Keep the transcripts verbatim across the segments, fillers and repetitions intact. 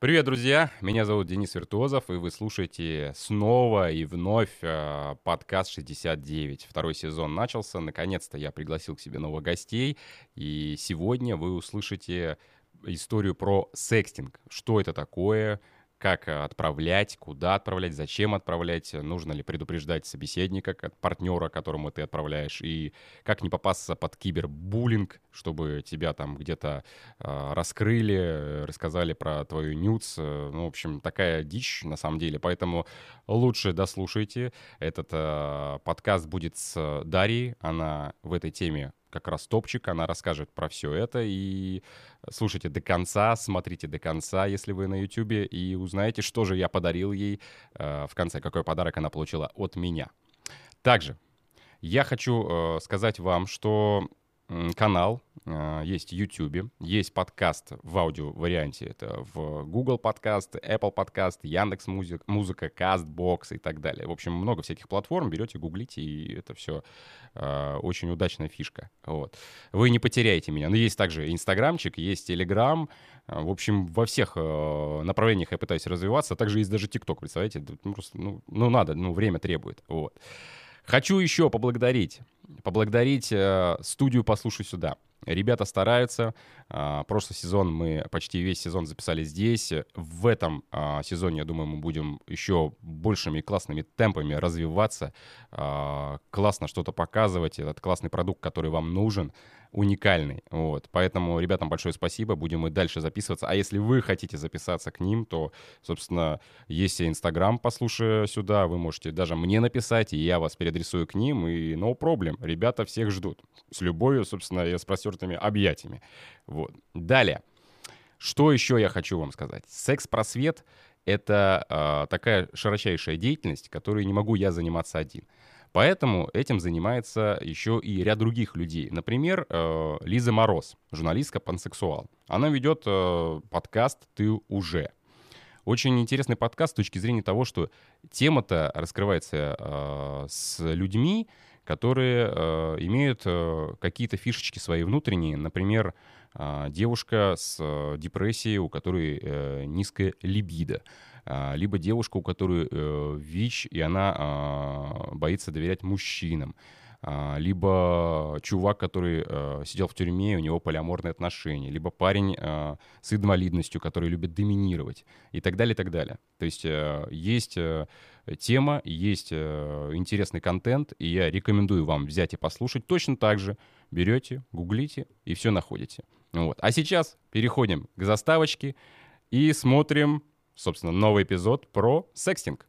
Привет, друзья! Меня зовут Денис Виртуозов, и вы слушаете снова и вновь э, подкаст шестьдесят девять. Второй сезон начался. Наконец-то я пригласил к себе новых гостей, и сегодня вы услышите историю про секстинг. Что это такое? Как отправлять, куда отправлять, зачем отправлять, нужно ли предупреждать собеседника, как партнера, которому ты отправляешь, и как не попасться под кибербуллинг, чтобы тебя там где-то э, раскрыли, рассказали про твою нюдс. Ну, в общем, такая дичь на самом деле, поэтому лучше дослушайте. Этот э, подкаст будет с Дарьей, она в этой теме как раз топчик, она расскажет про все это, и слушайте до конца, смотрите до конца, если вы на Ютубе, и узнаете, что же я подарил ей э, в конце, какой подарок она получила от меня. Также я хочу э, сказать вам, что м, канал э, есть в Ютубе, есть подкаст в аудио-варианте, это в Google подкаст, Apple подкаст, Яндекс.Музыка, музыка, Кастбокс и так далее. В общем, много всяких платформ, берете, гуглите, и это все э, очень удачная фишка. Вот. Вы не потеряете меня. Но есть также Инстаграмчик, есть Телеграм. В общем, во всех э, направлениях я пытаюсь развиваться. Также есть даже ТикТок, представляете? Ну, просто, ну, ну, надо, ну, время требует. Вот. Хочу еще поблагодарить, поблагодарить э, студию «Послушай сюда». Ребята стараются. А, прошлый сезон мы почти весь сезон записали здесь. В этом а, сезоне, я думаю, мы будем еще большими классными темпами развиваться. А, классно что-то показывать. Этот классный продукт, который вам нужен, уникальный. Вот. Поэтому ребятам большое спасибо. Будем и дальше записываться. А если вы хотите записаться к ним, то, собственно, есть и Инстаграм «Послушай сюда». Вы можете даже мне написать, и я вас переадресую к ним. И no problem. Ребята всех ждут. С любовью, собственно, и с простертыми объятиями. Вот. Далее. Что еще я хочу вам сказать? Секс-просвет — это э, такая широчайшая деятельность, которой не могу я заниматься один. Поэтому этим занимается еще и ряд других людей. Например, э, Лиза Мороз, журналистка пансексуал. Она ведет э, подкаст «Ты уже». Очень интересный подкаст с точки зрения того, что тема-то раскрывается э, с людьми, которые э, имеют э, какие-то фишечки свои внутренние. Например, э, девушка с э, депрессией, у которой э, низкая либидо. Э, либо девушка, у которой э, ВИЧ, и она э, боится доверять мужчинам. Э, либо чувак, который э, сидел в тюрьме, и у него полиаморные отношения. Либо парень э, с инвалидностью, который любит доминировать. И так далее, и так далее. То есть э, есть... Э, тема, есть э, интересный контент, и я рекомендую вам взять и послушать. Точно так же берете, гуглите и все находите. Вот. А сейчас переходим к заставочке и смотрим, собственно, новый эпизод про секстинг.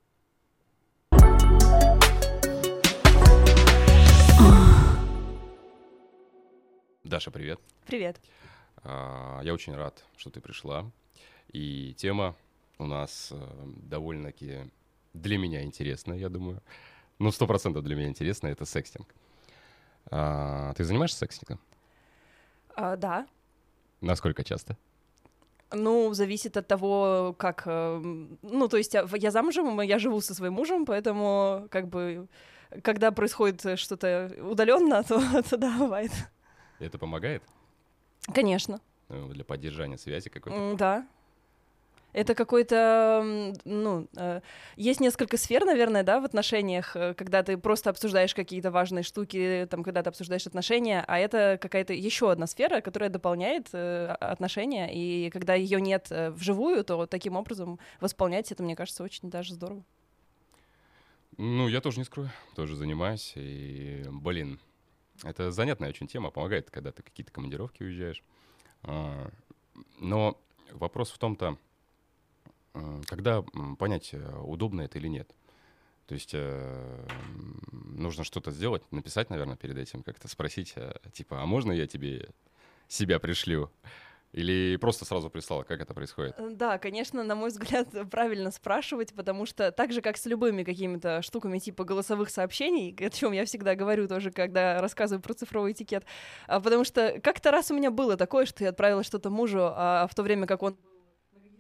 Даша, привет. Привет. А, я очень рад, что ты пришла. И тема у нас э, довольно-таки... Для меня интересно, я думаю. Ну, сто процентов для меня интересно, это секстинг. А, ты занимаешься секстингом? А, да. Насколько часто? Ну, зависит от того, как... Ну, то есть я замужем, я живу со своим мужем, поэтому как бы, когда происходит что-то удаленно, то, то да, бывает. Это помогает? Конечно. Ну, для поддержания связи какой-то? Да. Это какой-то, ну, э, есть несколько сфер, наверное, да, в отношениях, когда ты просто обсуждаешь какие-то важные штуки, там, когда ты обсуждаешь отношения, а это какая-то еще одна сфера, которая дополняет э, отношения, и когда ее нет э, вживую, то таким образом восполнять это, мне кажется, очень даже здорово. Ну, я тоже не скрою, тоже занимаюсь, и, блин, это занятная очень тема, помогает, когда ты какие-то командировки уезжаешь. А, но вопрос в том-то, когда понять, удобно это или нет. То есть э, нужно что-то сделать, написать, наверное, перед этим, как-то спросить, э, типа, а можно я тебе себя пришлю? Или просто сразу прислала, как это происходит? Да, конечно, на мой взгляд, правильно спрашивать, потому что так же, как с любыми какими-то штуками типа голосовых сообщений, о чем я всегда говорю тоже, когда рассказываю про цифровой этикет, потому что как-то раз у меня было такое, что я отправила что-то мужу, а в то время как он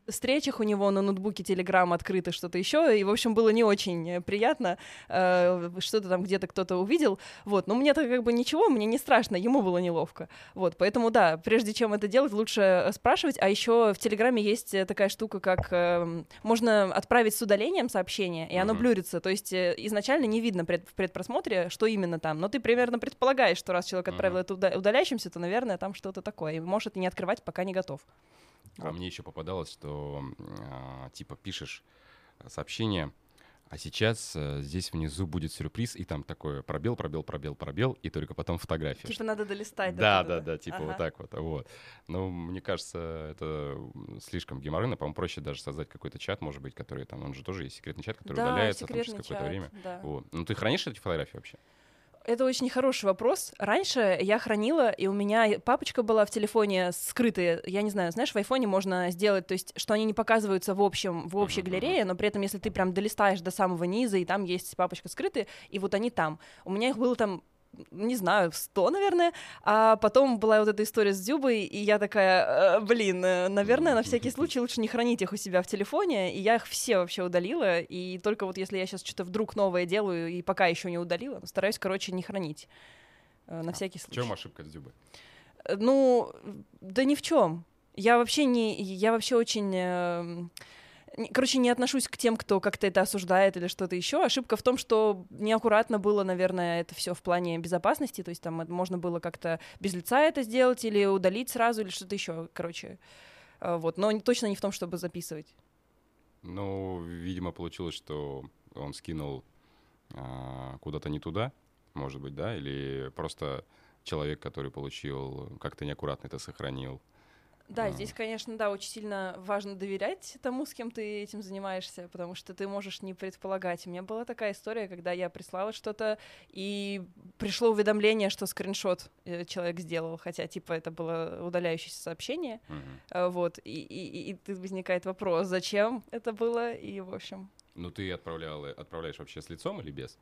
встречах у него на ноутбуке Telegram открыто, что-то еще, и, в общем, было не очень приятно, э, что-то там где-то кто-то увидел, вот, но мне-то как бы ничего, мне не страшно, ему было неловко, вот, поэтому, да, прежде чем это делать, лучше спрашивать, а еще в Телеграме есть такая штука, как э, можно отправить с удалением сообщение, и оно mm-hmm. блюрится, то есть э, изначально не видно пред, в предпросмотре, что именно там, но ты примерно предполагаешь, что раз человек отправил mm-hmm. это удаляющимся, то, наверное, там что-то такое, и можешь это не открывать, пока не готов. А вот. Мне еще попадалось, что э, типа пишешь сообщение, а сейчас э, здесь внизу будет сюрприз, и там такое пробел, пробел, пробел, пробел, и только потом фотография. Типа надо долистать. Да, да, да, да, типа ага. вот так вот, вот. Но мне кажется, это слишком геморройно, по-моему, проще даже создать какой-то чат, может быть, который там, он же тоже есть секретный чат, который да, удаляется там, через какое-то чат, время. Да. Вот. Ну ты хранишь эти фотографии вообще? Это очень хороший вопрос. Раньше я хранила, и у меня папочка была в телефоне скрытая. Я не знаю, знаешь, в айфоне можно сделать, то есть, что они не показываются в общем, в общей галерее, но при этом, если ты прям долистаешь до самого низа, и там есть папочка скрытая, и вот они там. У меня их было там, не знаю, сто, наверное, а потом была вот эта история с Дзюбой, и я такая, блин, наверное, на всякий случай лучше не хранить их у себя в телефоне, и я их все вообще удалила, и только вот если я сейчас что-то вдруг новое делаю, и пока еще не удалила, стараюсь, короче, не хранить, на всякий случай. В чем ошибка с Дзюбой? Ну, да ни в чем. Я вообще не, я вообще очень... Короче, не отношусь к тем, кто как-то это осуждает или что-то еще. Ошибка в том, что неаккуратно было, наверное, это все в плане безопасности. То есть там можно было как-то без лица это сделать или удалить сразу, или что-то еще. Короче, вот. Но точно не в том, чтобы записывать. Ну, видимо, получилось, что он скинул а, куда-то не туда, может быть, да? Или просто человек, который получил, как-то неаккуратно это сохранил. Да, здесь, конечно, да, очень сильно важно доверять тому, с кем ты этим занимаешься, потому что ты можешь не предполагать. У меня была такая история, когда я прислала что-то, и пришло уведомление, что скриншот человек сделал, хотя, типа, это было удаляющееся сообщение, uh-huh. вот, и, и, и, и возникает вопрос, зачем это было, и, в общем... Ну, ты отправляла, отправляешь вообще с лицом или без?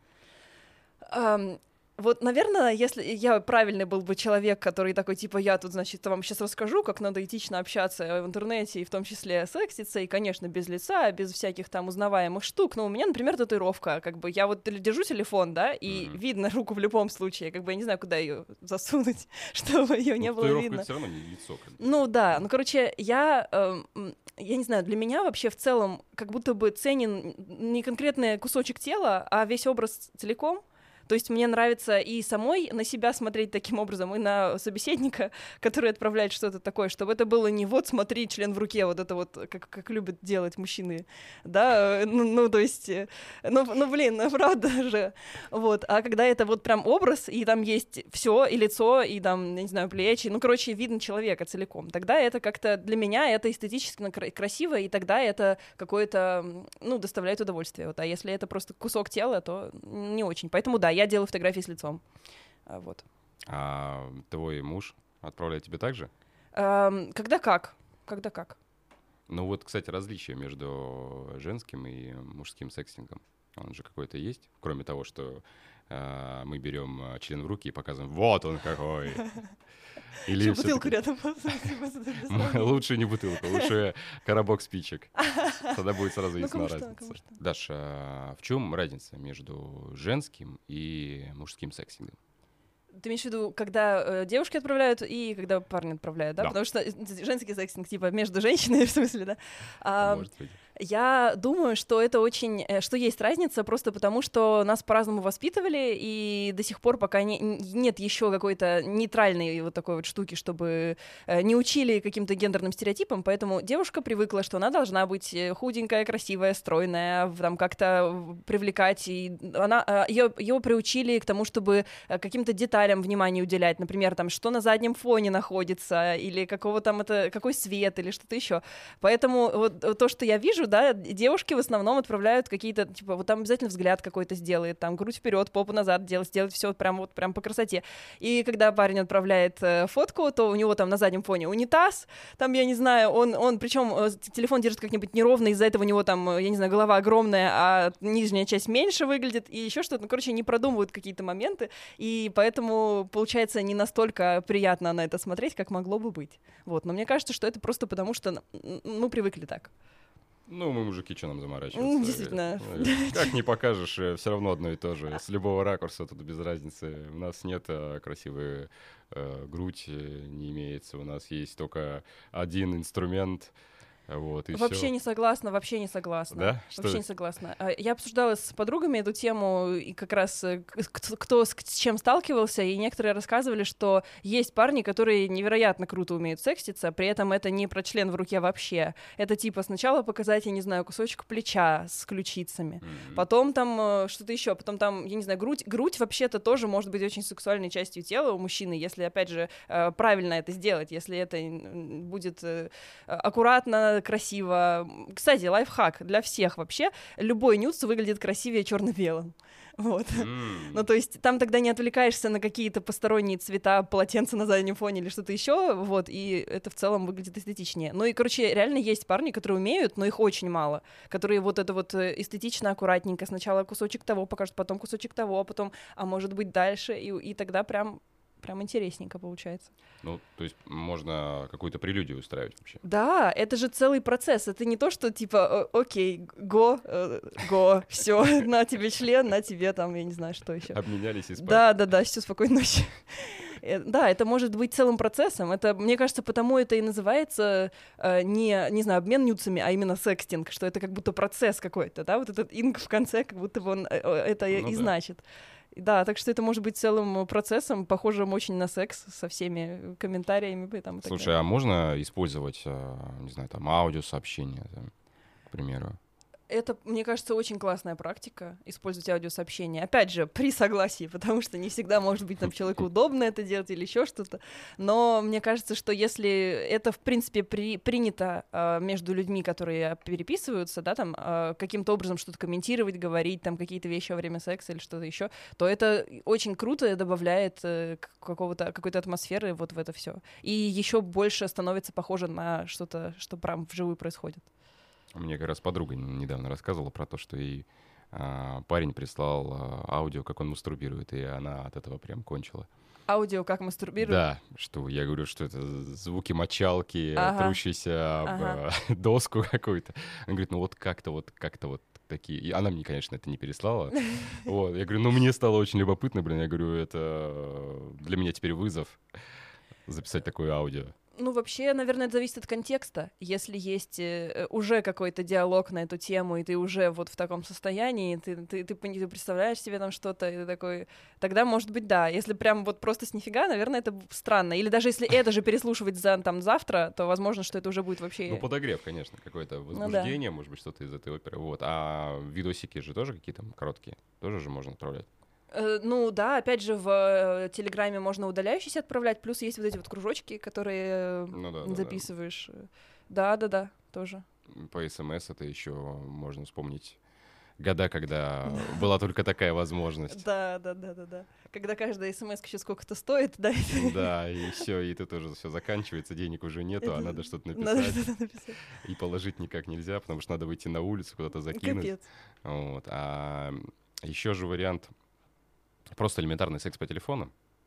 Um, Вот, наверное, если я правильный был бы человек, который такой, типа, я тут, значит, вам сейчас расскажу, как надо этично общаться в интернете, и в том числе секситься, и, конечно, без лица, без всяких там узнаваемых штук, но у меня, например, татуировка, как бы, я вот держу телефон, да, и mm-hmm. видно руку в любом случае, как бы, я не знаю, куда ее засунуть, чтобы ее не было видно. Все равно не лицо. Как бы. Ну, да, ну, короче, я... Э, я не знаю, для меня вообще в целом как будто бы ценен не конкретный кусочек тела, а весь образ целиком. То есть мне нравится и самой на себя смотреть таким образом, и на собеседника, который отправляет что-то такое, чтобы это было не вот смотри, член в руке, вот это вот, как, как любят делать мужчины, да, ну, ну то есть, ну, ну блин, ну, правда же, вот, а когда это вот прям образ, и там есть все, и лицо, и там, я не знаю, плечи, ну, короче, видно человека целиком, тогда это как-то для меня это эстетически красиво, и тогда это какое-то, ну, доставляет удовольствие, вот, а если это просто кусок тела, то не очень, поэтому да, я делаю фотографии с лицом. А, вот. А твой муж отправляет тебе так же? А, когда как. Когда как. Ну вот, кстати, различие между женским и мужским секстингом. Он же какой-то есть, кроме того, что а, мы берем член в руки и показываем, вот он какой. Или бутылку рядом. Лучше не бутылку, лучше коробок спичек. Тогда будет сразу ясна разница. Даш, в чем разница между женским и мужским сексингом? Ты имеешь в виду, когда э, девушки отправляют и когда парни отправляют, да? да? Потому что женский секстинг, типа, между женщиной, в смысле, да? А, Может быть. Я думаю, что это очень, что есть разница, просто потому что нас по-разному воспитывали, и до сих пор пока не, нет еще какой-то нейтральной вот такой вот штуки, чтобы не учили каким-то гендерным стереотипам, поэтому девушка привыкла, что она должна быть худенькая, красивая, стройная, там как-то привлекать, и она, ее, ее приучили к тому, чтобы каким-то деталям внимание уделять, например, там, что на заднем фоне находится, или какого там это, какой свет, или что-то еще. Поэтому вот то, что я вижу, вижу, да, девушки в основном отправляют какие-то, типа, вот там обязательно взгляд какой-то сделает, там грудь вперед, попу назад делать, сделать все прям вот прям по красоте. И когда парень отправляет э, фотку, то у него там на заднем фоне унитаз, там, я не знаю, он, он причем э, телефон держит как-нибудь неровно, из-за этого у него там, э, я не знаю, голова огромная, а нижняя часть меньше выглядит, и еще что-то. Ну, короче, не продумывают какие-то моменты, и поэтому, получается, не настолько приятно на это смотреть, как могло бы быть. Вот. Но мне кажется, что это просто потому, что мы привыкли так. Ну, мы мужики, что нам заморачиваться? Действительно. Как не покажешь, все равно одно и то же. С любого ракурса тут без разницы. У нас нет а, красивой а, грудь, не имеется. У нас есть только один инструмент. Вот, и вообще всё. не согласна, вообще не согласна. Да? Вообще Что? не согласна. Я обсуждала с подругами эту тему, и как раз кто с чем сталкивался, и некоторые рассказывали, что есть парни, которые невероятно круто умеют секститься, при этом это не про член в руке вообще. Это типа сначала показать, я не знаю, кусочек плеча с ключицами, mm-hmm. потом там что-то еще, потом там, я не знаю, грудь. Грудь вообще-то тоже может быть очень сексуальной частью тела у мужчины, если, опять же, правильно это сделать, если это будет аккуратно, красиво. Кстати, лайфхак для всех вообще. Любой нюдс выглядит красивее черно-белым. Вот. Mm. Ну, то есть там тогда не отвлекаешься на какие-то посторонние цвета, полотенца на заднем фоне или что-то еще, вот, и это в целом выглядит эстетичнее. Ну и, короче, реально есть парни, которые умеют, но их очень мало, которые вот это вот эстетично, аккуратненько, сначала кусочек того покажут, потом кусочек того, а потом, а может быть, дальше, и, и тогда прям Прям интересненько получается. Ну, то есть можно какую-то прелюдию устраивать вообще. Да, это же целый процесс. Это не то, что типа, окей, го, го, все, на тебе член, на тебе там, я не знаю, что еще. Обменялись и спать. Да, да, да, все, спокойной ночи. Да, это может быть целым процессом. Это, мне кажется, потому это и называется э, не, не знаю, обмен нюцами, а именно секстинг, что это как будто процесс какой-то, да, вот этот инг в конце, как будто бы он э, это ну, и да. значит. Да, так что это может быть целым процессом, похожим очень на секс, со всеми комментариями. Там, и Слушай, так а можно использовать, не знаю, там, аудиосообщения, там, к примеру? Это, мне кажется, очень классная практика, использовать аудиосообщения. Опять же, при согласии, потому что не всегда, может быть, там человеку удобно это делать или еще что-то. Но мне кажется, что если это, в принципе, при, принято э, между людьми, которые переписываются, да, там, э, каким-то образом что-то комментировать, говорить, там, какие-то вещи во время секса или что-то еще, то это очень круто и добавляет э, какого-то, какой-то атмосферы вот в это все. И еще больше становится похоже на что-то, что прям вживую происходит. Мне как раз подруга недавно рассказывала про то, что ей а, парень прислал а, аудио, как он мастурбирует, и она от этого прям кончила. Аудио, как мастурбирует? Да, что я говорю, что это звуки мочалки, ага. трущиеся об ага. доску какую-то. Она говорит, ну вот как-то вот, как-то вот такие. И она мне, конечно, это не переслала. Вот. Я говорю, ну мне стало очень любопытно, блин, я говорю, это для меня теперь вызов записать такое аудио. Ну, вообще, наверное, это зависит от контекста. Если есть э, уже какой-то диалог на эту тему, и ты уже вот в таком состоянии, ты, ты, ты, ты представляешь себе там что-то, и ты такой... Тогда, может быть, да. Если прям вот просто с нифига, наверное, это странно. Или даже если это же переслушивать за, там, завтра, то возможно, что это уже будет вообще... Ну, подогрев, конечно, какое-то возбуждение, ну, да. Может быть, что-то из этой оперы. Вот. А видосики же тоже какие-то короткие? Тоже же можно отправлять? Ну да, опять же, в Телеграме можно удаляющиеся отправлять, плюс есть вот эти вот кружочки, которые ну, да, записываешь. Да-да-да, тоже. По СМС это еще можно вспомнить года, когда была только такая возможность. Да-да-да-да-да. Когда каждая СМС еще сколько-то стоит, да? Да, и все, и тут уже все заканчивается, денег уже нету, а надо что-то написать. И положить никак нельзя, потому что надо выйти на улицу, куда-то закинуть. Капец. Вот. А еще же вариант... Просто элементарный секс по телефону,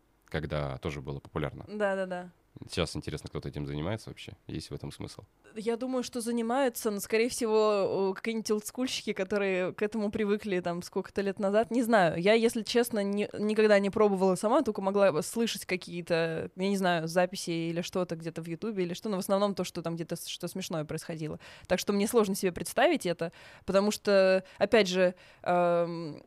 когда тоже было популярно. Да-да-да. Сейчас интересно, кто-то этим занимается вообще? Есть в этом смысл? Я думаю, что занимаются, но, скорее всего, какие-нибудь олдскульщики, которые к этому привыкли там сколько-то лет назад. Не знаю. Я, если честно, не, никогда не пробовала сама, только могла слышать какие-то, я не знаю, записи или что-то где-то в Ютубе или что, но в основном то, что там где-то что смешное происходило. Так что мне сложно себе представить это, потому что, опять же... Эм,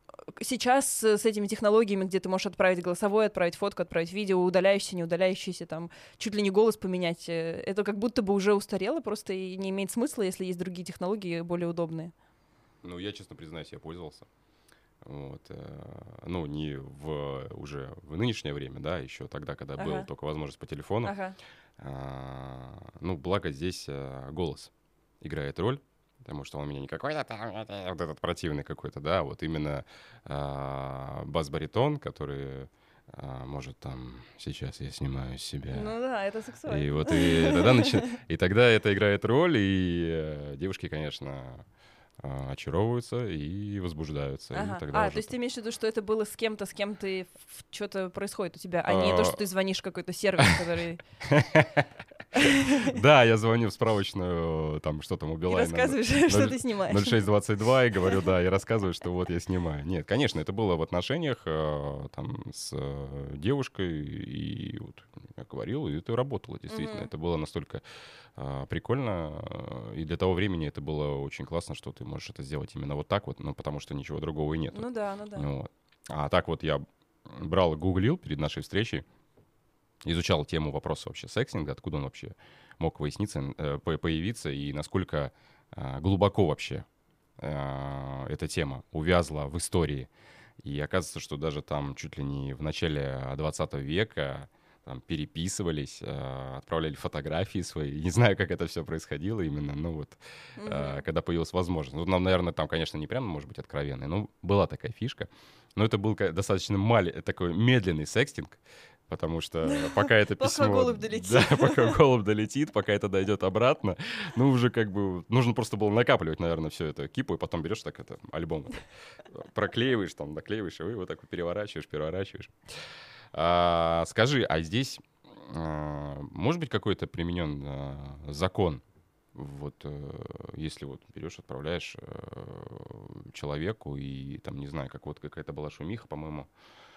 сейчас с этими технологиями, где ты можешь отправить голосовое, отправить фотку, отправить видео, удаляющееся, не удаляющееся, там, чуть ли не голос поменять, это как будто бы уже устарело просто и не имеет смысла, если есть другие технологии более удобные. Ну, я, честно признаюсь, я пользовался. Вот, э, ну, не в, уже в нынешнее время, да, еще тогда, когда ага. была только возможность по телефону. Ага. А, ну, благо здесь а, голос играет роль. потому что он у меня не какой-то там, вот этот противный какой-то, да, вот именно а, бас-баритон, который а, может там, сейчас я снимаю с себя. Ну да, это сексуально. И вот и тогда, начи... и тогда это играет роль, и э, девушки, конечно, э, очаровываются и возбуждаются. Ага. И тогда а, уже... то есть ты имеешь в виду, что это было с кем-то, с кем ты что-то происходит у тебя, а не то, что ты звонишь в какой-то сервис, который... Да, я звоню в справочную, там, что там, у Билайна. И рассказываешь, что ты снимаешь. ноль шесть двадцать два, и говорю, да, и рассказываю, что вот я снимаю. Нет, конечно, это было в отношениях там с девушкой, и вот я говорил, и это работало, действительно. Это было настолько прикольно, и для того времени это было очень классно, что ты можешь это сделать именно вот так вот, ну, потому что ничего другого и нет. Ну да, ну да. Вот. А так вот я брал и гуглил перед нашей встречей, изучал тему вопроса вообще секстинга, откуда он вообще мог выясниться, э, появиться, и насколько э, глубоко вообще э, эта тема увязла в истории. И оказывается, что даже там чуть ли не в начале двадцатого века там переписывались, э, отправляли фотографии свои. Не знаю, как это все происходило именно, ну вот, э, mm-hmm. когда появилась возможность. Ну, нам, наверное, там, конечно, не прямо, может быть, откровенный, но была такая фишка. Но это был достаточно маленький, такой медленный секстинг, потому что пока это письмо... Пока голубь долетит. Да, пока голубь долетит, пока это дойдет обратно, ну, уже как бы... Нужно просто было накапливать, наверное, все это кипу, и потом берешь так это, альбом, это, проклеиваешь, там, наклеиваешь, и вот так вот переворачиваешь, переворачиваешь. А, скажи, а здесь а, может быть какой-то применен а, закон? Вот а, если вот берешь, отправляешь а, человеку, и там, не знаю, как вот какая-то была шумиха, по-моему,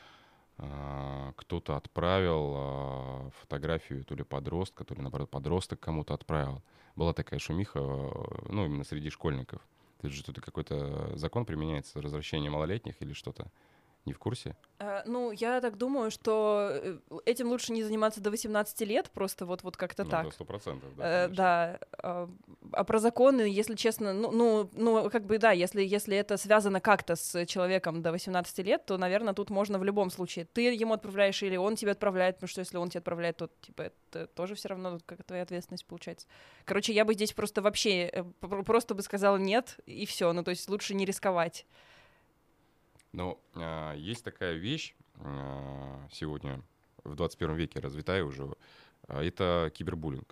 а, кто-то отправил а, фотографию то ли подростка, то ли, наоборот, подросток кому-то отправил. Была такая шумиха, ну, именно среди школьников. Это же что-то какой-то закон применяется, возвращение малолетних или что-то? Не в курсе? Uh, ну, я так думаю, что этим лучше не заниматься до восемнадцати лет, просто вот, вот как-то ну, так. Да, сто процентов, да. Uh, да. Uh, а про законы, если честно, ну, ну, ну как бы да, если, если это связано как-то с человеком до восемнадцати лет, то, наверное, тут можно в любом случае. Ты ему отправляешь или он тебе отправляет, потому что если он тебе отправляет, то, типа, это тоже все равно как твоя ответственность получается. Короче, я бы здесь просто вообще, просто бы сказала нет, и все. Ну, то есть лучше не рисковать. Но э, есть такая вещь э, сегодня, в двадцать первом веке развитая уже, э, это кибербуллинг.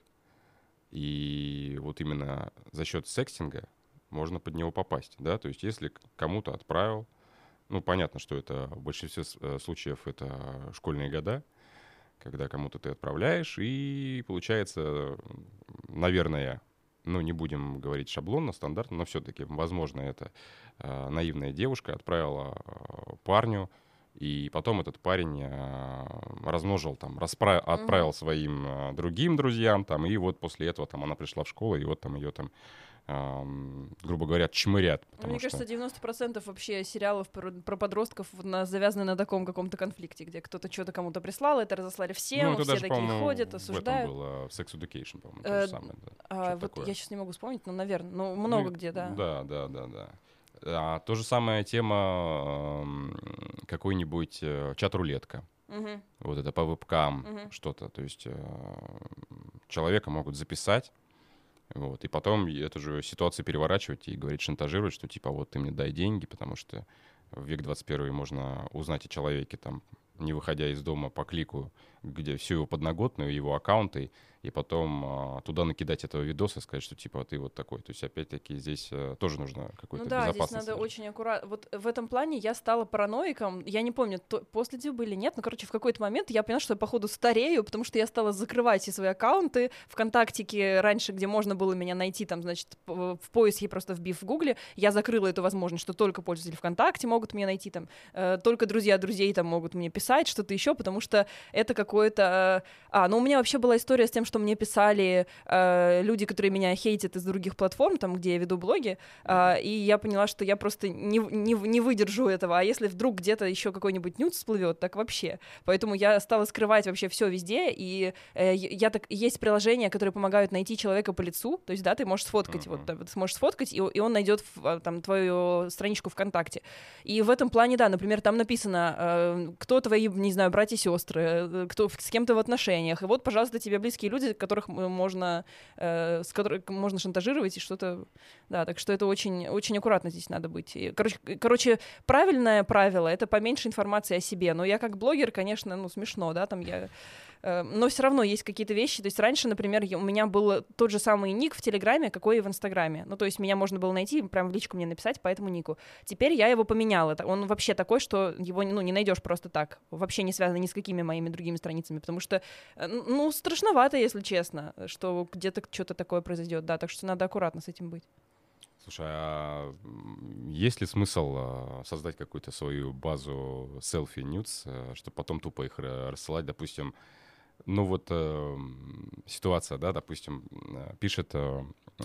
И вот именно за счет секстинга можно под него попасть, да, то есть если кому-то отправил, ну, понятно, что это в большинстве случаев это школьные года, когда кому-то ты отправляешь, и получается, наверное, ну, не будем говорить шаблонно, стандартно, но все-таки, возможно, это э, наивная девушка отправила э, парню, и потом этот парень э, размножил, там, распра- mm-hmm. отправил своим э, другим друзьям, там, и вот после этого там, она пришла в школу, и вот там ее там, э, грубо говоря, чмырят. Мне что... кажется, девяносто процентов вообще сериалов про, про подростков на, завязаны на таком каком-то конфликте, где кто-то что-то кому-то прислал, это разослали всем, ну, это все даже, такие ходят, осуждают. В этом было в Sex Education, по-моему, то э, же самое. Да. А, вот такое. Я сейчас не могу вспомнить, но, наверное, ну, много ну, где, да. Да, да, да, да. А, то же самая тема э, какой-нибудь э, чат-рулетка. Угу. Вот это по вебкам угу. что-то. То есть э, человека могут записать, вот, и потом эту же ситуацию переворачивать и говорить, шантажировать, что типа вот ты мне дай деньги, потому что в век двадцать первый можно узнать о человеке, там, не выходя из дома по клику, где всю его подноготную, его аккаунты, и потом а, туда накидать этого видоса и сказать, что типа ты вот такой. То есть опять-таки здесь а, тоже нужно какую-то ну, да, безопасность. Ну да, здесь надо очень аккуратно. Вот в этом плане я стала параноиком. Я не помню, то, после Дзюбы или нет, но, короче, в какой-то момент я поняла, что я, походу, старею, потому что я стала закрывать все свои аккаунты. ВКонтактике раньше, где можно было меня найти, там, значит, в поиске, просто вбив в Гугле, я закрыла эту возможность, что только пользователи ВКонтакте могут меня найти, там, э, только друзья друзей там могут мне писать, что-то еще, потому что это какое-то... А, ну, у меня вообще была история с тем, что мне писали э, люди, которые меня хейтят из других платформ, там, где я веду блоги, э, и я поняла, что я просто не, не, не выдержу этого, а если вдруг где-то еще какой-нибудь нюд всплывет, так вообще. Поэтому я стала скрывать вообще все везде, и э, я так... Есть приложения, которые помогают найти человека по лицу, то есть, да, ты можешь сфоткать, uh-huh. вот, ты сможешь сфоткать, и, и он найдет там твою страничку ВКонтакте. И в этом плане, да, например, там написано, э, кто твои, не знаю, братья-сестры, кто, с кем ты в отношениях. И вот, пожалуйста, тебе близкие люди, которых можно, э, с которых можно шантажировать и что-то... Да, так что это очень, очень аккуратно здесь надо быть. И, короче, короче, правильное правило — это поменьше информации о себе. Но я как блогер, конечно, ну, смешно, да, там я... Но все равно есть какие-то вещи. То есть раньше, например, у меня был тот же самый ник в Телеграме, какой и в Инстаграме. Ну, то есть меня можно было найти, прям в личку мне написать по этому нику. Теперь я его поменяла. Он вообще такой, что его, ну, не найдешь просто так. Вообще не связан ни с какими моими другими страницами. Потому что, ну, страшновато, если честно, что где-то что-то такое произойдет. Да, так что надо аккуратно с этим быть. Слушай, а есть ли смысл создать какую-то свою базу селфи-нюдс, чтобы потом тупо их рассылать, допустим, ну вот э, ситуация, да, допустим, пишет э,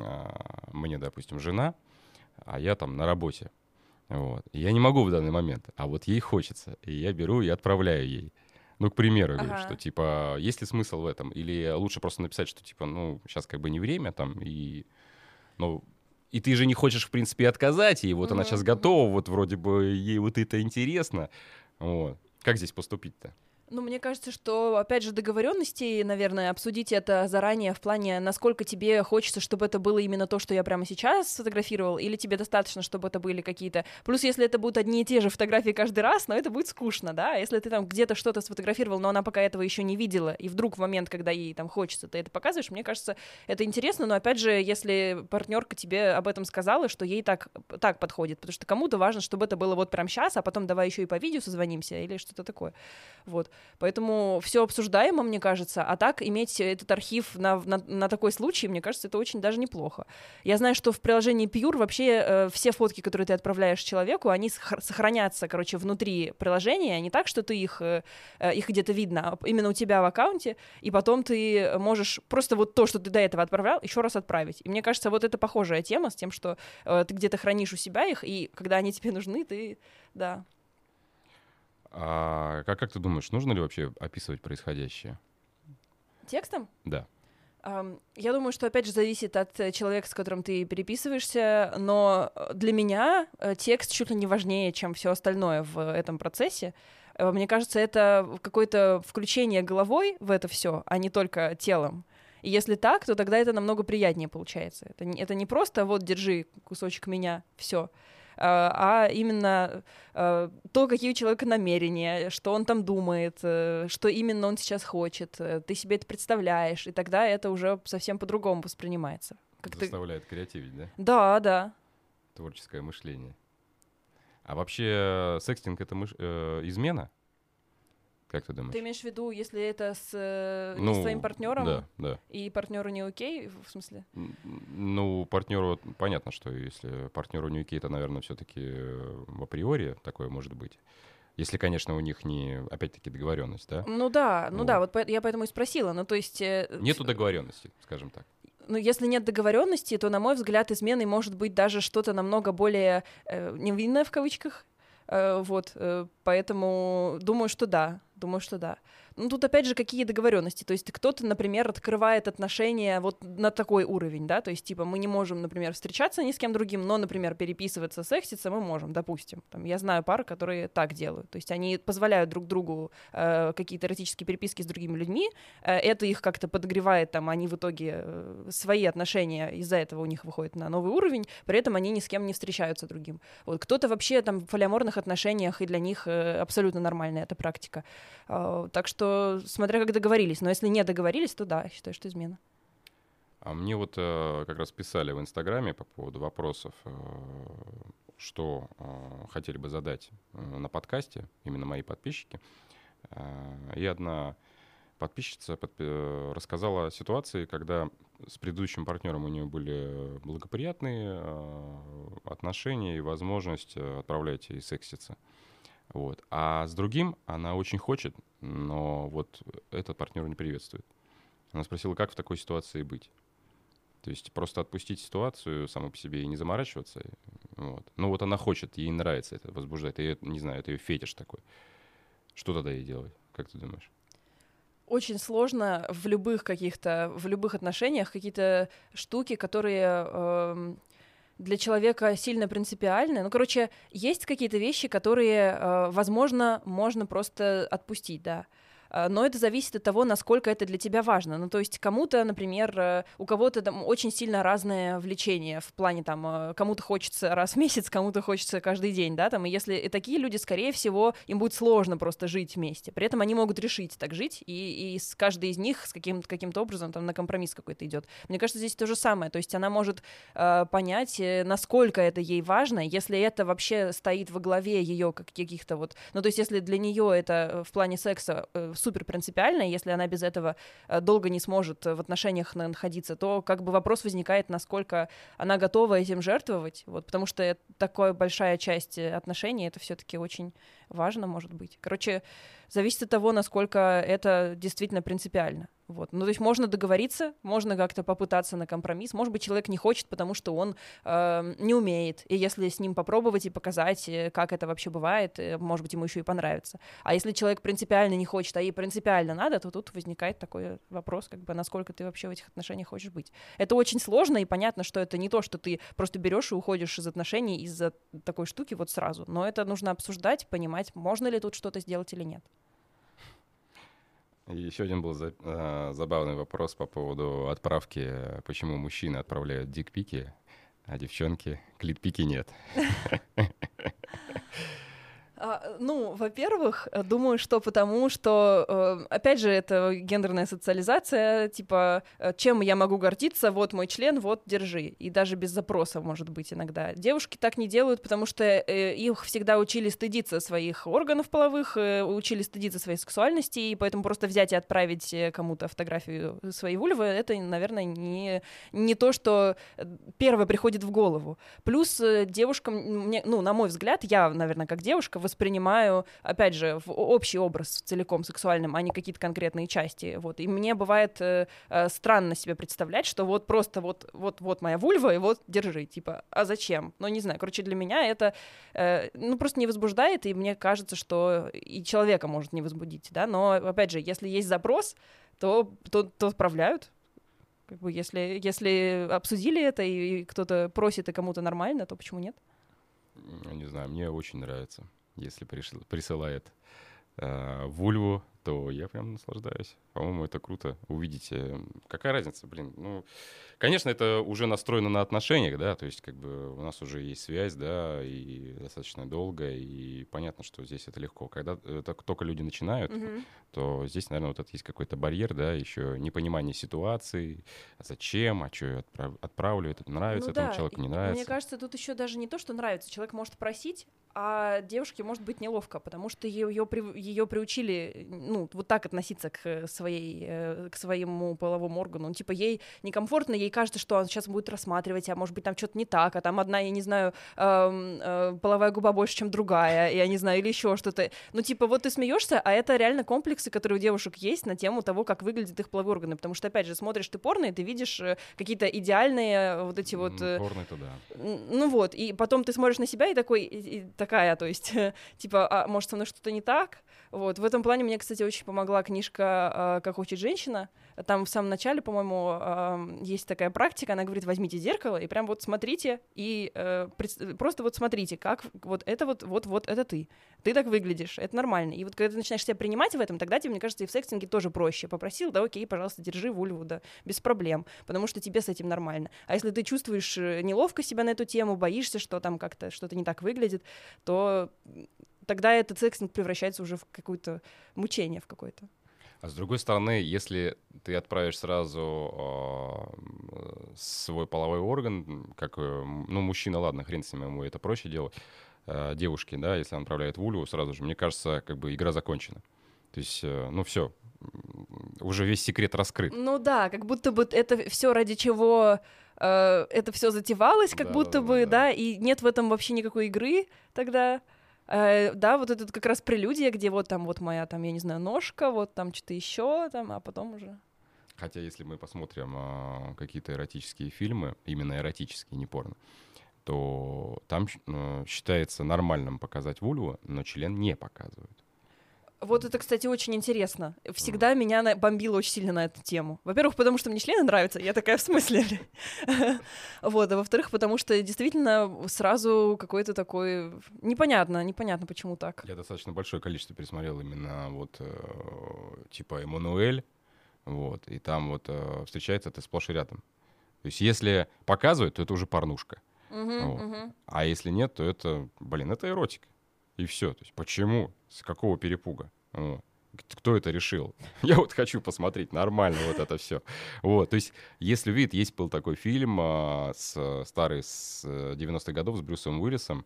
мне, допустим, жена, а я там на работе, вот, и я не могу в данный момент, а вот ей хочется, и я беру и отправляю ей. Ну, к примеру, ага. говорю, что, типа, есть ли смысл в этом, или лучше просто написать, что, типа, ну, сейчас как бы не время, там, и, ну, и ты же не хочешь, в принципе, отказать ей, вот mm-hmm. она сейчас готова, вот вроде бы ей вот это интересно, вот. Как здесь поступить-то? Ну, мне кажется, что, опять же, договоренности, наверное, обсудить это заранее в плане, насколько тебе хочется, чтобы это было именно то, что я прямо сейчас сфотографировал, или тебе достаточно, чтобы это были какие-то... Плюс, если это будут одни и те же фотографии каждый раз, но это будет скучно, да? Если ты там где-то что-то сфотографировал, но она пока этого еще не видела, и вдруг в момент, когда ей там хочется, ты это показываешь, мне кажется, это интересно, но, опять же, если партнерка тебе об этом сказала, что ей так, так подходит, потому что кому-то важно, чтобы это было вот прямо сейчас, а потом давай еще и по видео созвонимся, или что-то такое, вот. Поэтому все обсуждаемо, мне кажется, а так иметь этот архив на, на, на такой случай, мне кажется, это очень даже неплохо. Я знаю, что в приложении Pure вообще э, все фотки, которые ты отправляешь человеку, они сохранятся, короче, внутри приложения, не так, что ты их, э, их где-то видно, а именно у тебя в аккаунте, и потом ты можешь просто вот то, что ты до этого отправлял, еще раз отправить. И мне кажется, вот это похожая тема с тем, что э, ты где-то хранишь у себя их, и когда они тебе нужны, ты, да... А как, как ты думаешь, нужно ли вообще описывать происходящее? Текстом? Да. Um, я думаю, что, опять же, зависит от человека, с которым ты переписываешься, но для меня текст чуть ли не важнее, чем все остальное в этом процессе. Мне кажется, это какое-то включение головой в это все, а не только телом. И если так, то тогда это намного приятнее получается. Это не, это не просто «вот, держи кусочек меня, все», а именно то, какие у человека намерения, что он там думает, что именно он сейчас хочет, ты себе это представляешь, и тогда это уже совсем по-другому воспринимается. Как заставляет ты... креативить, да? Да, да. Творческое мышление. А вообще секстинг — это мыш... э, измена? Как ты думаешь? Ты имеешь в виду, если это с, ну, не с твоим партнером, да, да. и партнеру не окей, в смысле? Ну, партнеру понятно, что если партнеру не окей, то, наверное, все-таки в априори такое может быть. Если, конечно, у них не, опять-таки, договоренность, да? Ну да, ну вот. да, вот я поэтому и спросила. Ну, то есть... Нету договоренности, скажем так. Ну, если нет договоренности, то, на мой взгляд, изменой может быть даже что-то намного более э, невинное, в кавычках. Э, вот, э, поэтому думаю, что да. Думаю, что да. Ну, тут, опять же, какие договоренности. То есть кто-то, например, открывает отношения вот на такой уровень, да, то есть, типа, мы не можем, например, встречаться ни с кем другим, но, например, переписываться, секситься мы можем, допустим. Там, я знаю пары, которые так делают. То есть они позволяют друг другу э, какие-то эротические переписки с другими людьми, э, это их как-то подогревает, там, они в итоге э, свои отношения из-за этого у них выходят на новый уровень, при этом они ни с кем не встречаются другим. Вот кто-то вообще там в полиаморных отношениях, и для них э, абсолютно нормальная эта практика. Э, так что смотря как договорились. Но если не договорились, то да, я считаю, что измена. А мне вот э, как раз писали в Инстаграме по поводу вопросов, э, что э, хотели бы задать э, на подкасте, именно мои подписчики. Э, и одна подписчица под, э, рассказала о ситуации, когда с предыдущим партнером у нее были благоприятные э, отношения и возможность отправлять и секситься. Вот. А с другим она очень хочет, но вот этот партнер не приветствует. Она спросила, как в такой ситуации быть. То есть просто отпустить ситуацию саму по себе и не заморачиваться. Вот. Ну вот она хочет, ей нравится это, возбуждает. И, не знаю, это ее фетиш такой. Что тогда ей делать? Как ты думаешь? Очень сложно в любых каких-то, в любых отношениях какие-то штуки, которые... Э- для человека сильно принципиальны. Ну, короче, есть какие-то вещи, которые, возможно, можно просто отпустить, да. но это зависит от того, насколько это для тебя важно. Ну, то есть кому-то, например, у кого-то там очень сильно разное влечение в плане там, кому-то хочется раз в месяц, кому-то хочется каждый день, да, там, и если и такие люди, скорее всего, им будет сложно просто жить вместе. При этом они могут решить так жить, и, и с каждой из них с каким-то, каким-то образом там на компромисс какой-то идет. Мне кажется, здесь то же самое. То есть она может э, понять, насколько это ей важно, если это вообще стоит во главе ее каких-то вот... Ну, то есть если для нее это в плане секса э, супер принципиально, если она без этого э, долго не сможет в отношениях находиться, то как бы вопрос возникает, насколько она готова этим жертвовать, вот, потому что такая большая часть отношений, это все-таки очень важно, может быть. Короче, зависит от того, насколько это действительно принципиально. Вот. Ну, то есть можно договориться, можно как-то попытаться на компромисс. Может быть, человек не хочет, потому что он э, не умеет. И если с ним попробовать и показать, как это вообще бывает, может быть, ему еще и понравится. А если человек принципиально не хочет, а ей принципиально надо, то тут возникает такой вопрос, как бы, насколько ты вообще в этих отношениях хочешь быть. Это очень сложно, и понятно, что это не то, что ты просто берешь и уходишь из отношений из-за такой штуки вот сразу. Но это нужно обсуждать, понимать, можно ли тут что-то сделать или нет. И еще один был за, а, забавный вопрос по поводу отправки, почему мужчины отправляют дикпики, а девчонки клитпики нет. А, ну, во-первых, думаю, что потому, что, э, опять же, это гендерная социализация, типа, чем я могу гордиться, вот мой член, вот, держи. И даже без запроса, может быть, иногда. Девушки так не делают, потому что э, их всегда учили стыдиться своих органов половых, э, учили стыдиться своей сексуальности, и поэтому просто взять и отправить кому-то фотографию своей вульвы, это, наверное, не, не то, что первое приходит в голову. Плюс э, девушкам, мне, ну, на мой взгляд, я, наверное, как девушка, воспринимаю, опять же, в общий образ целиком сексуальным, а не какие-то конкретные части. Вот. И мне бывает э, э, странно себе представлять, что вот просто вот, вот, вот моя вульва, и вот держи. Типа, а зачем? Ну, не знаю. Короче, для меня это э, ну, просто не возбуждает, и мне кажется, что и человека может не возбудить. Да? Но, опять же, если есть запрос, то, то, то отправляют. Как бы, если, если обсудили это, и кто-то просит, и кому-то нормально, то почему нет? Не знаю, мне очень нравится. Если пришел, присылает э, вульву, то я прям наслаждаюсь. По-моему, это круто. Увидите. Какая разница, блин? Ну, конечно, это уже настроено на отношениях, да, то есть как бы у нас уже есть связь, да, и достаточно долго, и понятно, что здесь это легко. Когда это только люди начинают, mm-hmm. то здесь, наверное, вот это есть какой-то барьер, да, еще непонимание ситуации, а зачем, а что я отправ- отправлю, это нравится, ну, этому да. человеку не нравится. Мне кажется, тут еще даже не то, что нравится. Человек может просить, а девушке может быть неловко, потому что ее, ее, ее приучили, ну, вот так относиться к своей, к своему половому органу. Ну, типа, ей некомфортно, ей кажется, что он сейчас будет рассматривать, а может быть, там что-то не так, а там одна, я не знаю, э, э, половая губа больше, чем другая, я не знаю, или еще что-то. Ну, типа, вот ты смеешься, а это реально комплексы, которые у девушек есть на тему того, как выглядят их половые органы, потому что, опять же, смотришь ты порно, и ты видишь какие-то идеальные вот эти вот... Порно-то да. Ну вот, и потом ты смотришь на себя и такой... И, такая, то есть, типа, а может, со мной что-то не так? Вот, в этом плане мне, кстати, очень помогла книжка «Как учить женщина». Там в самом начале, по-моему, есть такая практика, она говорит, возьмите зеркало и прям вот смотрите, и э, просто вот смотрите, как вот это вот, вот, вот это ты. Ты так выглядишь, это нормально. И вот когда ты начинаешь себя принимать в этом, тогда тебе, мне кажется, и в секстинге тоже проще. Попросил, да, окей, пожалуйста, держи вульву, да, без проблем, потому что тебе с этим нормально. А если ты чувствуешь неловко себя на эту тему, боишься, что там как-то что-то не так выглядит, то тогда этот секстинг превращается уже в какое-то мучение в какое-то. А с другой стороны, если ты отправишь сразу э, свой половой орган, как, ну, мужчина, ладно, хрен с ним, ему это проще делать, э, девушке, да, если он отправляет вульву сразу же, мне кажется, как бы игра закончена. То есть, э, ну, все, уже весь секрет раскрыт. Ну да, как будто бы это все ради чего э, это все затевалось, как да, будто да, бы, да, да, и нет в этом вообще никакой игры тогда. Uh, да, вот это как раз прелюдия, где вот там вот моя, там, я не знаю, ножка, вот там что-то еще, там, а потом уже... Хотя если мы посмотрим uh, какие-то эротические фильмы, именно эротические, не порно, то там uh, считается нормальным показать вульву, но член не показывают. Вот это, кстати, очень интересно. Всегда меня на- бомбило очень сильно на эту тему. Во-первых, потому что мне члены нравятся, я такая, в смысле? Вот, а во-вторых, потому что действительно сразу какой-то такой... Непонятно, непонятно, почему так. Я достаточно большое количество пересмотрел именно вот э, типа Эммануэль, вот, и там вот э, встречается это сплошь и рядом. То есть если показывают, то это уже порнушка. Мгм, Вот. мгм. А если нет, то это, блин, это эротика. И все. То есть почему? С какого перепуга? Вот. К- Кто это решил? Я вот хочу посмотреть нормально вот это все. Вот. То есть, если видит, есть был такой фильм а, с, старый с э, девяностых годов с Брюсом Уиллисом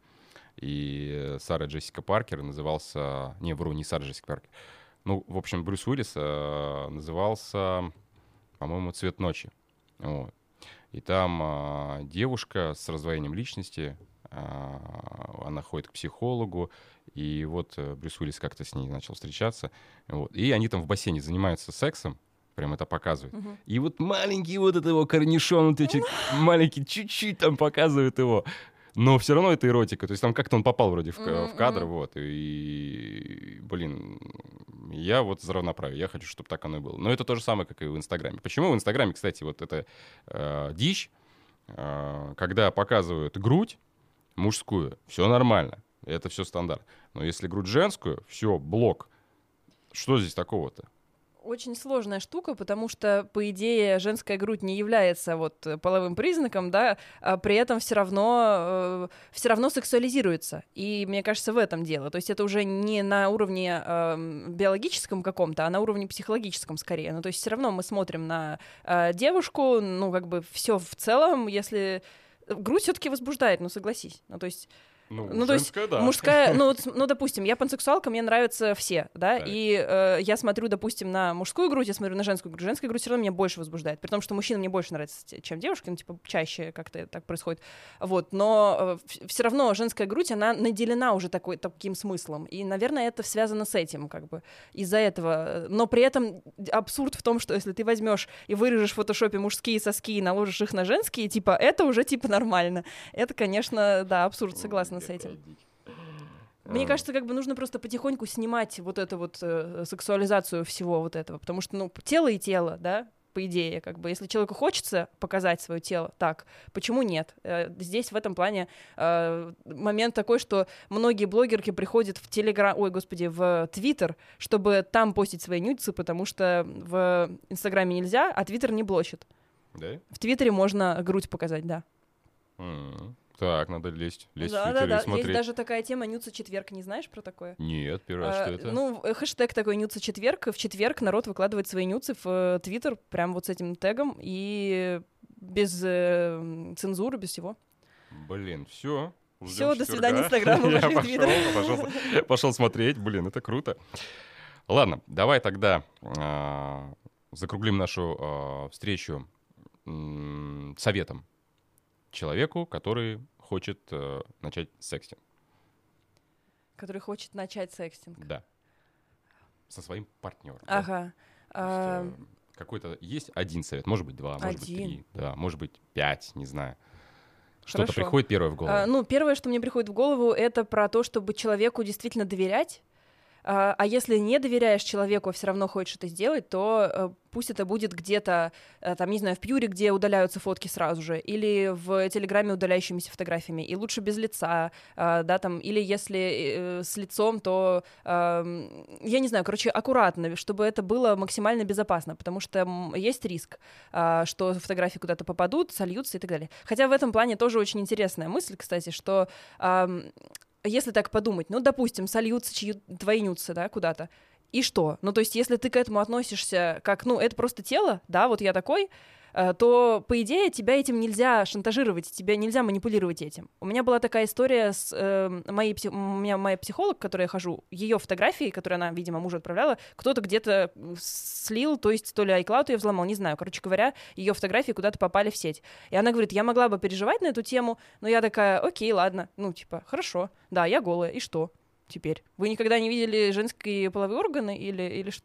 и Сарой Джессика Паркер, назывался... Не, вру, не Сара Джессика Паркер. Ну, в общем, Брюс Уиллис а, назывался, по-моему, «Цвет ночи». Вот. И там а, девушка с раздвоением личности, а, она ходит к психологу, и вот э, Брюс Уиллис как-то с ней начал встречаться, вот. И они там в бассейне занимаются сексом, прям это показывают. Мгм. И вот маленький вот этот его корнишон, вот эти маленький, чуть-чуть там показывают его. Но все равно это эротика. То есть там как-то он попал вроде в, ка- Мгм, в кадр, мгм. вот. И, блин, я вот за равноправие. Я хочу, чтобы так оно и было. Но это то же самое, как и в Инстаграме. Почему в Инстаграме, кстати, вот это э, дичь, э, когда показывают грудь мужскую, все нормально. Это все стандарт. Но если грудь женскую, все, блок. Что здесь такого-то? Очень сложная штука, потому что, по идее, женская грудь не является вот э, половым признаком, да, а при этом все равно, все равно сексуализируется. И мне кажется, в этом дело. То есть это уже не на уровне эм, биологическом каком-то, а на уровне психологическом скорее. Ну, то есть все равно мы смотрим на э, девушку, ну, как бы все в целом, если... Грудь все-таки возбуждает, ну, согласись. Ну, то есть... Ну, Ну, то есть женская, да. мужская, ну, вот с- ну, допустим, я пансексуалка, мне нравятся все, да, Так. и э, я смотрю, допустим, на мужскую грудь, я смотрю на женскую грудь, женская грудь все равно меня больше возбуждает, при том, что мужчина мне больше нравится, те- чем девушки, ну, типа, чаще как-то так происходит, вот, но э, все равно женская грудь, она наделена уже такой, таким смыслом, и, наверное, это связано с этим, как бы, из-за этого, но при этом абсурд в том, что если ты возьмешь и вырежешь в фотошопе мужские соски и наложишь их на женские, типа, это уже, типа, нормально, это, конечно, да, абсурд, согласна с этим. Мне А. кажется, как бы нужно просто потихоньку снимать вот эту вот э, сексуализацию всего вот этого, потому что, ну, тело и тело, да, по идее, как бы, если человеку хочется показать свое тело, так, почему нет? Э, здесь в этом плане э, момент такой, что многие блогерки приходят в Телеграм, ой, господи, в Твиттер, чтобы там постить свои нюдсы, потому что в Инстаграме нельзя, а Твиттер не блочит. Да? В Твиттере можно грудь показать, да. М, Так, надо лезть. Лезть в Да, да, Твиттер и да. Есть смотреть. даже такая тема Нюца четверг, не знаешь про такое? Нет, первый раз, А, что это? Ну, э, хэштег такой Нюца четверг. и В четверг народ выкладывает свои нюцы в э, Твиттер, прям вот с этим тегом, и без э, м, цензуры, без всего. Блин, все. Всё, до свидания, Инстаграм, мы Я пошли в пошел, Твиттер. пошел, пошел смотреть. Блин, это круто. Ладно, давай тогда а, закруглим нашу а, встречу м, советом человеку, который хочет э, начать секстинг. Который хочет начать секстинг. Да. Со своим партнером. да. Ага. То есть, А, э, какой-то есть один совет, может быть, два, может быть, Один. три, да, может быть, пять, не знаю. Что-то Хорошо. приходит первое в голову. а, Ну, первое, что мне приходит в голову, это про то, чтобы человеку действительно доверять. А а если не доверяешь человеку, а все равно хочешь это сделать, то э, пусть это будет где-то, э, там, не знаю, в Пьюре, где удаляются фотки сразу же, или в Телеграме удаляющимися фотографиями, и лучше без лица, э, да, там, или если э, с лицом, то, э, я не знаю, короче, аккуратно, чтобы это было максимально безопасно, потому что м, есть риск, э, что фотографии куда-то попадут, сольются и так далее. Хотя в этом плане тоже очень интересная мысль, кстати, что... эм, если так подумать, ну, допустим, сольются чьи, твои нюцы, да, куда-то, и что? Ну, то есть, если ты к этому относишься как, ну, это просто тело, да, вот я такой, э, то, по идее, тебя этим нельзя шантажировать, тебя нельзя манипулировать этим. У меня была такая история с э, моей, пси- у меня моя психолог, к которой я хожу, ее фотографии, которые она, видимо, мужу отправляла, кто-то где-то слил, то есть то ли iCloud ее взломал, не знаю. Короче говоря, ее фотографии куда-то попали в сеть. И она говорит, я могла бы переживать на эту тему, но я такая, окей, ладно, ну, типа, хорошо, да, я голая, и что теперь? Вы никогда не видели женские половые органы или, или что?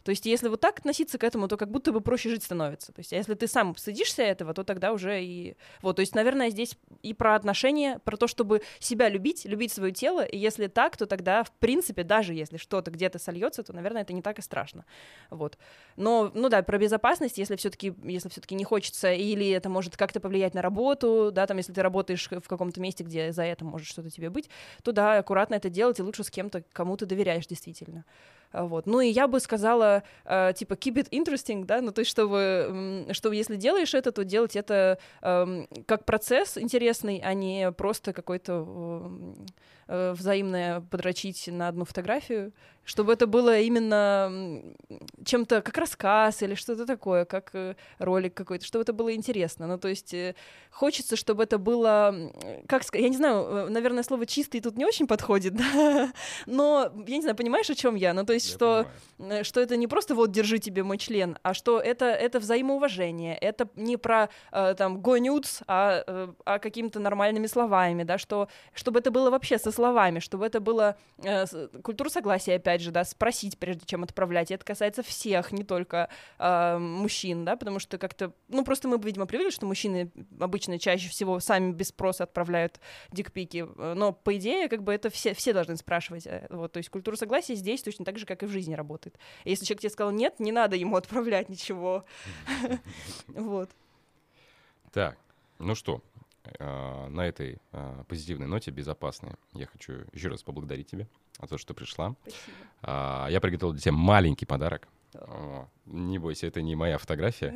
То есть если вот так относиться к этому, то как будто бы проще жить становится. То есть а если ты сам стыдишься этого, то тогда уже и... Вот, то есть, наверное, здесь и про отношения, про то, чтобы себя любить, любить свое тело, и если так, то тогда, в принципе, даже если что-то где-то сольется, то, наверное, это не так и страшно. Вот. Но, ну да, про безопасность, если все-таки если все-таки не хочется, или это может как-то повлиять на работу, да, там, если ты работаешь в каком-то месте, где за это может что-то тебе быть, то да, аккуратно это делать, и лучше с кем-то, кому ты доверяешь действительно. Вот. Ну и я бы сказала, э, типа, keep it interesting, да, ну то есть, чтобы, чтобы если делаешь это, то делать это э, как процесс интересный, а не просто какой-то э, взаимное подрочить на одну фотографию, чтобы это было именно чем-то как рассказ или что-то такое, как ролик какой-то, чтобы это было интересно. Ну то есть э, хочется, чтобы это было, как сказать, я не знаю, наверное, слово «чистый» тут не очень подходит, да? Но я не знаю, понимаешь, о чем я? Ну то есть Что, что это не просто вот держи тебе мой член, а что это, это взаимоуважение, это не про э, там go nudes, а, э, а какими-то нормальными словами, да, что, чтобы это было вообще со словами, чтобы это было э, культура согласия, опять же, да, спросить, прежде чем отправлять, и это касается всех, не только э, мужчин, да, потому что как-то, ну просто мы, видимо, привыкли, что мужчины обычно чаще всего сами без спроса отправляют дикпики, но по идее, как бы это все, все должны спрашивать, вот, то есть культура согласия здесь точно так же, как и в жизни работает. Если человек тебе сказал нет, не надо ему отправлять ничего. Вот. Так, ну что, на этой позитивной ноте, безопасной, я хочу еще раз поблагодарить тебя за то, что пришла. Спасибо. Я приготовил для тебя маленький подарок. Не бойся, это не моя фотография.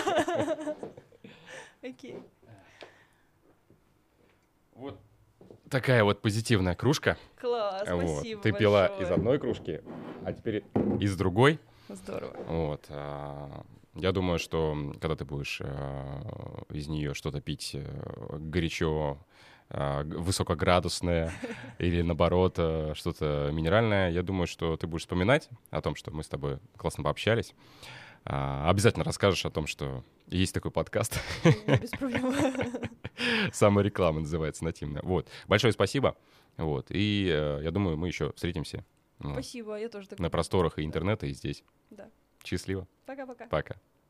Окей. Вот такая вот позитивная кружка. Класс, вот. спасибо Ты большое. пила из одной кружки, а теперь из другой. Здорово. Вот. Я думаю, что когда ты будешь из нее что-то пить горячо, высокоградусное или, наоборот, что-то минеральное, я думаю, что ты будешь вспоминать о том, что мы с тобой классно пообщались. Обязательно расскажешь о том, что есть такой подкаст. Без проблем. Самореклама называется, нативная. Вот. Большое спасибо. Вот. И э, я думаю, мы еще встретимся. Спасибо, я тоже так на просторах и интернета, и здесь. Да. Счастливо. Пока-пока. Пока.